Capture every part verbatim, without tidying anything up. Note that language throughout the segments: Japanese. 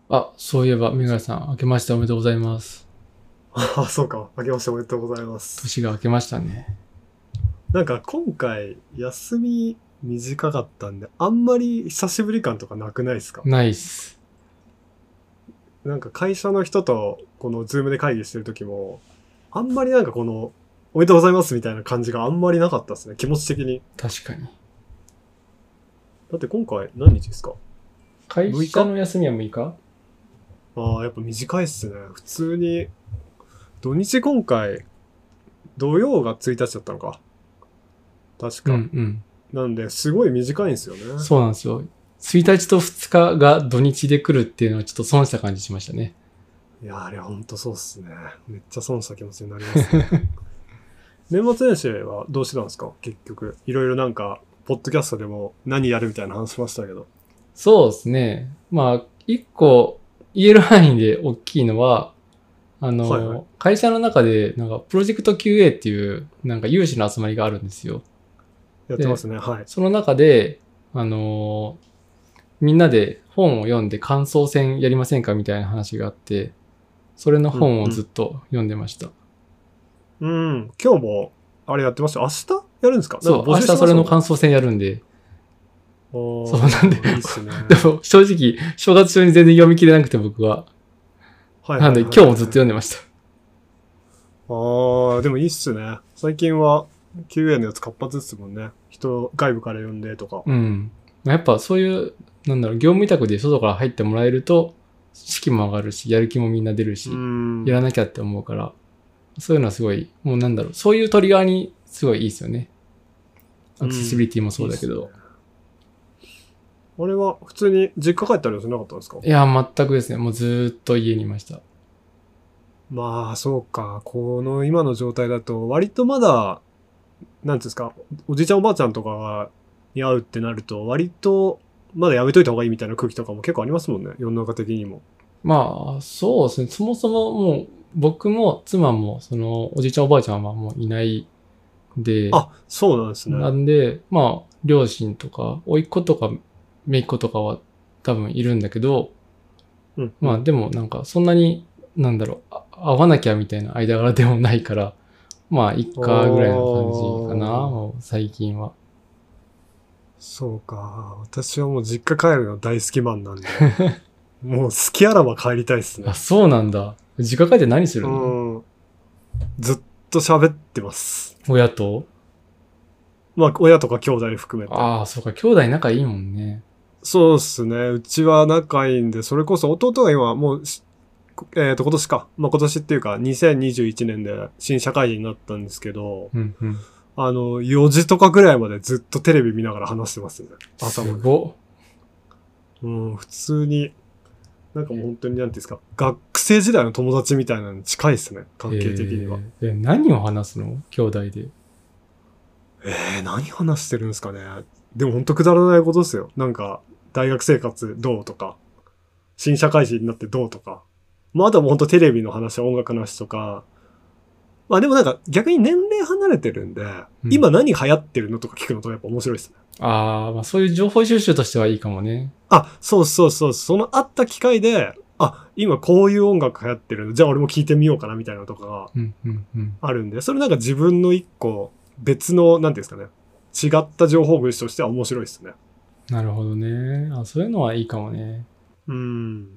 あ、そういえば、メガネさん、明けましておめでとうございます。 あ、そうか。明けましておめでとうございます。 年が明けましたね。 なんか今回、休み短かったんで、あんまり久しぶり感とかなくないですか？ ナイス。 なんか会社の人とこのズームで会議してる時も、あんまりなんかこの、おめでとうございますみたいな感じがあんまりなかったですね。気持ち的に。 確かに。 だって今回何日ですか？ 会むい 日。 社の休みはむいか？ ああ、やっぱ短いっすね。普通に、土日今回、土曜がついたちだったのか。確うんうか。 ん。 なんで、すごい短いんですよね。 そうなんですよ。ついたちとふつかが土日で来るっていうのはちょっと損した感じしましたね。 いや、あれほんとそうっすね。めっちゃ損した気持ちになりますね。年末年始はどうしてたんですか結局。いろいろなんか、ポッドキャストでも何やるみたいな話しましたけど。 そうですね。まあ、一個言える範囲で大きいのは、あの、 はいはい。 会社の中で、なんか、プロジェクト キューエー っていう、なんか、有志の集まりがあるんですよ。で、 やってますね。はい。 その中で、あのーみんなで本を読んで感想戦やりませんかみたいな話があって、それのうん本をずっうん。 と読んでました。 うん。今日も、あれやってました。明日やるんですか？なんかそう、 募集し明日それてましたもんね。 の感想戦やるんで、そうなんで、 おー、いいっすね。 でも正直、正月中に全然読み切れなくて僕は。なんではいはいはいはい、 今日もずっと読んでました。 あー、でもいいっすね。最近は キューエー のやつ活発ですもんね。人、外部から呼んでとか。 うん。やっぱそういう、なんだろう、業務委託で外から入ってもらえると、士気も上がるし、やる気もみんな出るうーし、やらん。 なきゃって思うから、そういうのはすごい、もうなんだろう、そういうトリガーにすごいいいですよね。アクセシビうん。 リティもそいいっすね。 うだけど。 あれは普通に実家帰ったりはしなかったんですか？ いや、全くですね。もうずーっと家にいました。 まあ、そうか。この今の状態だと、割とまだ、なんていうんですか、おじいちゃんおばあちゃんとかに会うってなると、割と、まだやめといた方がいいみたいな空気とかも結構ありますもんね。世の中的にも。 まあ、そうですね。そもそももう、僕も妻も、その、おじいちゃんおばあちゃんはもういないんで、 あ、そうなんですなね。 んで、まあ、両親とか、甥っ子とか、姪っ子とかは多分いるんだけど、 うんうん。 まあでもなんかそんなに、なんだろう、あ会わなきゃみたいな間柄でもないから、まあ、いっかぐらいの感じかな、 ああ、 もう最近は。 そうか。私はもう実家帰るの大好きマンなんで、もう好きあらば帰りたいっすあ、 ね。 そうなんだ。実家帰って何するうの？ ん。ずっと喋ってます。 親と？ まあ、親とか兄弟含めて。 ああ、そうか、兄弟仲いいもんね。 そうっすね。うちは仲いいんで、それこそ弟が今もうし、えっと、今年か。まあ、今年っていうか、にせんにじゅういちねんで新社会人になったんですけど、 うんうん。 あの、よじとかぐらいまでずっとテレビ見ながら話してますね。朝まで。 すごっ。 うん、普通に、なんかもう本当になんていうんですか、学生時代の友達みたいなのに近いですね。 え関係的には。 ー、え、何を話すの兄弟で？ えー、何話してるんですかね。でも本当くだらないことですよ。なんか、大学生活どうとか、新社会人になってどうとか。まあ、あとはもう本当テレビの話、音楽の話とか。まあでもなんか逆に年齢離れてるんで、 うん。 今何流行ってるのとか聞くのとやっぱ面白いですね。 ああ、まあそういう情報収集としてはいいかもね。 あ、そうそうそう、そのあった機会で、あ、今こういう音楽流行ってるの、じゃあ俺も聞いてみようかなみたいなのとかがうんうんうん。 あるんで、それなんか自分の一個別の、なんていうんですかね、違った情報口としては面白いですね。 なるほどね。あ、そういうのはいいかもね。 うん。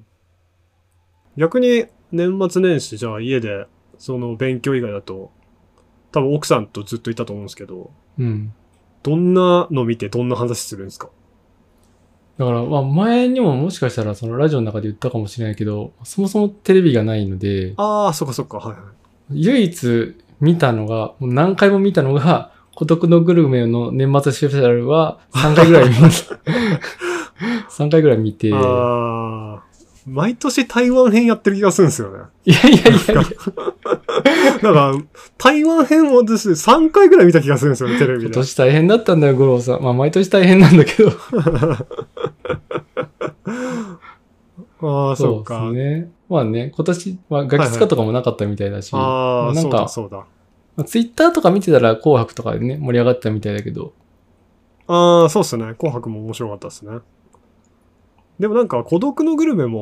逆に年末年始じゃあ家でその勉強以外だと多分奥さんとずっといたと思うんですけど、 うん。 どんなの見てどんな話するんですか？ だから、まあ前にももしかしたらそのラジオの中で言ったかもしれないけど、そもそもテレビがないので、 ああ、そっかそっか、はいはい。 唯一見たのが、もう何回も見たのが、孤独のグルメの年末スペシャルはさんかいぐらい見、さんかいぐらい見て、 ああ、毎年台湾編やってる気がするんですよね。 いやいやいやいや、 なんか、台湾編を私さんかいぐらい見た気がするんですよね、テレビで。 今年大変だったんだよ、五郎さん。まあ毎年大変なんだけど。 ああ、そそうですっか。 ね。まあね、今年はガはいはい。 キ使とかもなかったみたいだし、まああ、そうだあなんか、 そうだ。 まあ、ツイッターとか見てたら紅白とかでね、盛り上がったみたいだけど、 ああ、そうっすね。紅白も面白かったっすね。でもなんか、孤独のグルメも、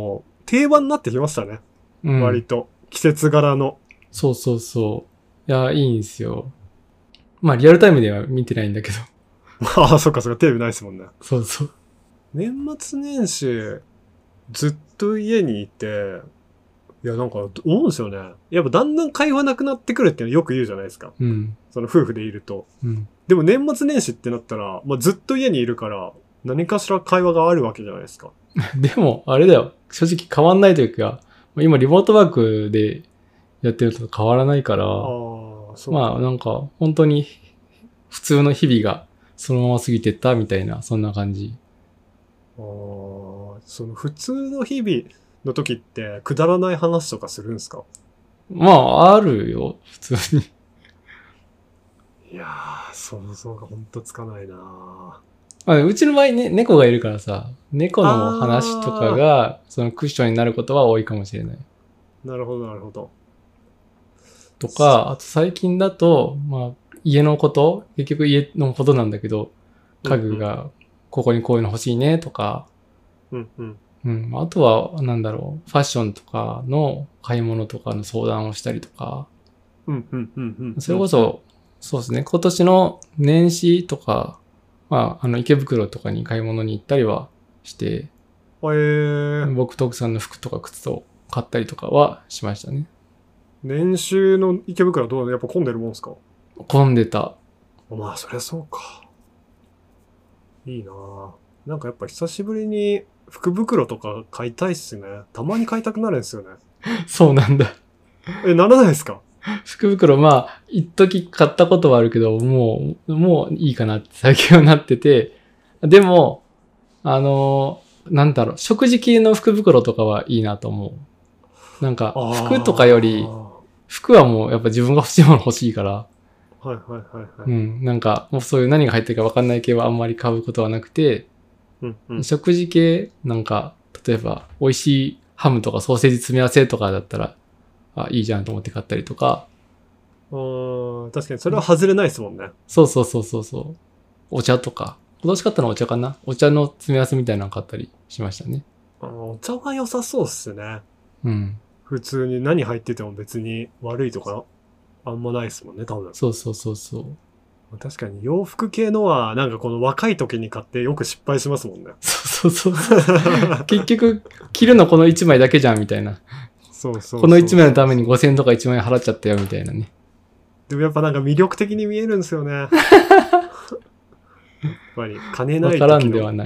定番になってきましたね。 うん。 割と。季節柄の。 そうそうそう。いや、いいんですよ。まあ、リアルタイムでは見てないんだけど。 ああ、そっかそっか、テレビないですもんね。 そうそう。 年末年始、ずっと家にいて、いや、なんか、思うんですよね。やっぱだんだん会話なくなってくるっていうのよく言うじゃないですか。 うん。 その夫婦でいると。 うん。 でも年末年始ってなったら、まあ、ずっと家にいるから、何かしら会話があるわけじゃないですか。 でも、あれだよ。正直変わんないというか、今リモートワークでやってると変わらないから、 ああ、そうか。 まあなんか本当に普通の日々がそのまま過ぎてったみたいな、そんな感じ。 ああ、その普通の日々の時ってくだらない話とかするんですか？ まあ、あるよ、普通に。 いやー、想像がほんとつかないなまあ、うちの場合ね、猫がいるからさ、猫の話とかあが、そのクッションになることは多いかもしれない。 ー、なるほどなるほど。 とか、あと最近だと、まあ、家のこと、結局家のことなんだけど、家具が、ここにこういうの欲しいねとか、 うんうん。 うん。あとは、なんだろう、ファッションとかの買い物とかの相談をしたりとか、 うんうんうんうん。 それこそ、そうですね、今年の年始とか、まあ、あの、池袋とかに買い物に行ったりはして、 えー、 僕と奥さんの服とか靴を買ったりとかはしましたね。 年収の池袋はどうなの？やっぱ混んでるもんすか？ 混んでた。 まあ、そりゃそうか。いいなぁ。なんかやっぱ久しぶりに福袋とか買いたいっすね。たまに買いたくなるんですよね。 そうなんだ。 え、ならないですか？ 福袋、まあ、一時買ったことはあるけど、もう、もういいかなって最近はなってて、でも、あの、なんだろう、食事系の福袋とかはいいなと思う。なんか、服とかより、 あ服はもうやっぱ自分が欲しいもの欲しいから、 あ。はいはいはいはい。 うん、なんか、もうそういう何が入ってるか分かんない系はあんまり買うことはなくて、 うんうん。 食事系、なんか、例えば、美味しいハムとかソーセージ詰め合わせとかだったら、あ、いいじゃんと思って買ったりとか、 あー、確かにそれは外れないですもんね。 そうそうそうそうそう。お茶とか。今年買ったのはお茶かな。お茶の詰め合わせみたいなの買ったりしましたね。 あー、お茶は良さそうっすね。 うん。 普通に何入ってても別に悪いとかあんまないですもんね、多分。 そうそうそうそう。 確かに洋服系のはなんかこの若い時に買ってよく失敗しますもんね。 そうそうそうそう。結局、着るのこのいちまいだけじゃんみたいな。 そうそうそうそう。 このいちまいのためにごせんえんとかいちまん円払っちゃったよみたいなね。 でもやっぱなんか魅力的に見えるんですよね。やっぱり金ない時の。 わからんではない。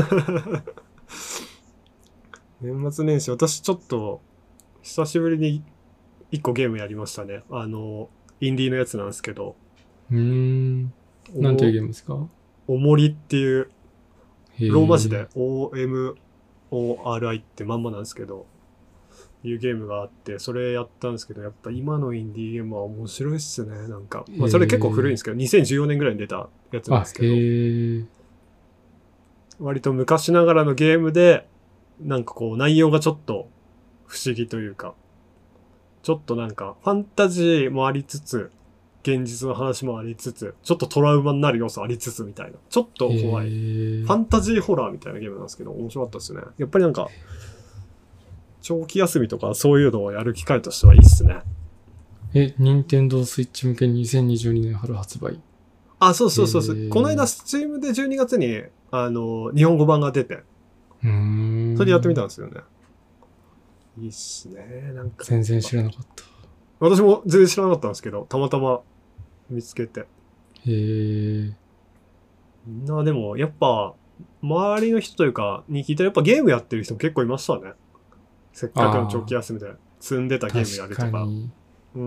年末年始、私ちょっと久しぶりに一個ゲームやりましたね。あの、インディーのやつなんですけど。 うーん。なんていうゲームですか？ おもりっていう、 へーローマ字で オーエムオーアールアイ ってまんまなんですけど、いうゲームがあって、それやったんですけど、やっぱ今のインディーゲームは面白いっすね、なんか。まあそれ結構古いんですけど、にせんじゅうよねんぐらいに出たやつなんあ、 ですけへど、 ー。 割と昔ながらのゲームで、なんかこう内容がちょっと不思議というか、ちょっとなんかファンタジーもありつつ、現実の話もありつつ、ちょっとトラウマになる要素ありつつみたいな。ちょっと怖い。 へーファンタジーホラーみたいなゲームなんですけど、面白かったですね。やっぱりなんか、長期休みとかそういうのをやる機会としてはいいっすね。 え、任天堂スイッチ向けにせんにじゅうにねん春発売。 あ、そうそうそうそう。 へーこの間、スチームでじゅうにがつに、あの、日本語版が出て、 うーん。 それでやってみたんですよね。いいっすね。なんか。 全然知らなかった。 私も全然知らなかったんですけど、たまたま見つけて。 へえ。 みんなでも、やっぱ、周りの人というか、に聞いたらやっぱゲームやってる人も結構いましたね。せっかくの長期休みで積んでたゲームやるとか。 確かに。 うん。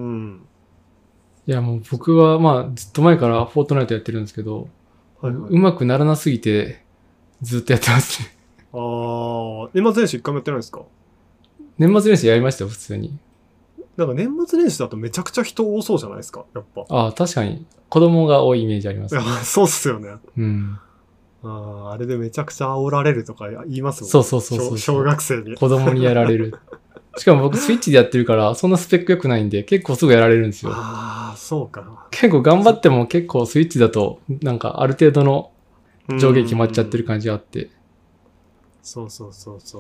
いやもう僕はまあずっと前からフォートナイトやってるんですけど、 はいはい、 うまくならなすぎてずっとやってますね。 あー、年末年始一回もやってないんですか？ 年末年始やりましたよ、普通に。 なんか年末年始だとめちゃくちゃ人多そうじゃないですか、やっぱ。 ああ、確かに子供が多いイメージありますいやね。、 そうっすよね。 うん。 あー、あれでめちゃくちゃ煽られるとか言いますもんね。 そうそうそうそう小小学生に。 子供にやられる。しかも僕スイッチでやってるからそんなスペック良くないんで結構すぐやられるんですよ。 あー、そうか。 結構頑張っても結構スイッチだとなんかある程度の上限決まっちゃってる感じがあって。 そうそうそうそう。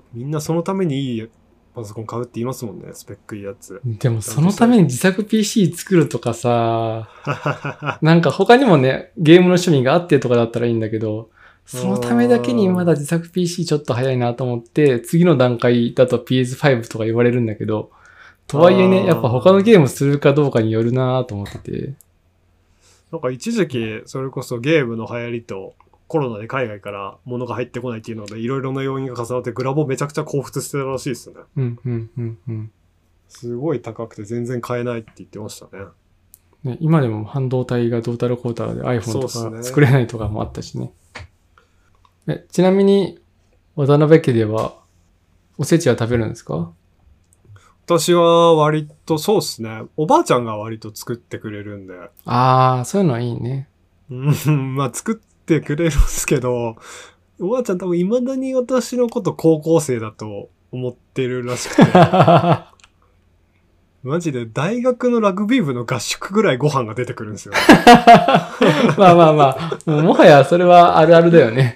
みんなそのためにいいパソコン買うって言いますもんね、スペックいいやつ。 でもそのために自作 ピーシー 作るとかさ、なんか他にもね、ゲームの趣味があってとかだったらいいんだけど、そのためだけにまだ自作 ピーシー ちょっと早いなと思って、次の段階だと ピーエスファイブ とか言われるんだけど、とはいえね、やっぱ他のゲームするかどうかによるなと思ってて。 なんか一時期、それこそゲームの流行りと、コロナで海外から物が入ってこないっていうので、いろいろな要因が重なってグラボめちゃくちゃ興奮してたらしいですね。 うん、うん、うん、うん。 すごい高くて全然買えないって言ってましたね。 ね、今でも半導体がどうたらこうたらで iPhone とか作れないとかもあったしね。え、ちなみに、渡辺家では、おせちは食べるんですか？ 私は割とそうっすね。おばあちゃんが割と作ってくれるんで。 ああ、そういうのはいいね。 うん、まあ作ってくれるんですけど、おばあちゃん多分未だに私のこと高校生だと思ってるらしくて。マジで大学のラグビー部の合宿ぐらいご飯が出てくるんですよ。 まあまあまあ、もうもはやそれはあるあるだよね。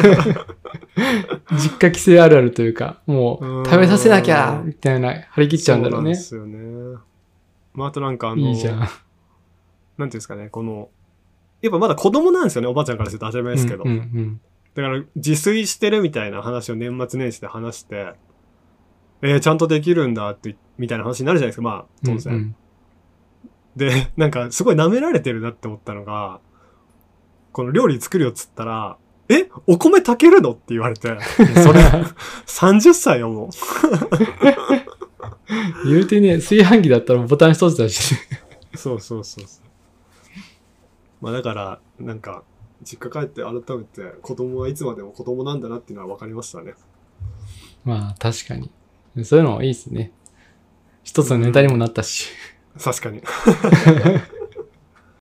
実家帰省あるあるというか、もう食べさせなきゃみたいな張り切っちゃうんだろうね。 そうなんですよね。まああとなんかあの、 いいじゃん。 なんていうんですかね、この、やっぱまだ子供なんですよね、おばあちゃんからすると当たり前ですけど。 うんうんうん、 だから自炊してるみたいな話を年末年始で話して、えー、ちゃんとできるんだって、みたいな話になるじゃないですか、まあ、当然。うんうん、で、なんか、すごい舐められてるなって思ったのが、この料理作るよっつったら、えお米炊けるのって言われて、それ、さんじゅっさいよ、もう。 言うてね、炊飯器だったらボタン一つだし。 そうそうそうそう。まあだから、なんか、実家帰って改めて子供はいつまでも子供なんだなっていうのは分かりましたね。 まあ、確かに。そういうのはいいですね。一つのネタにもなったし。 確かに。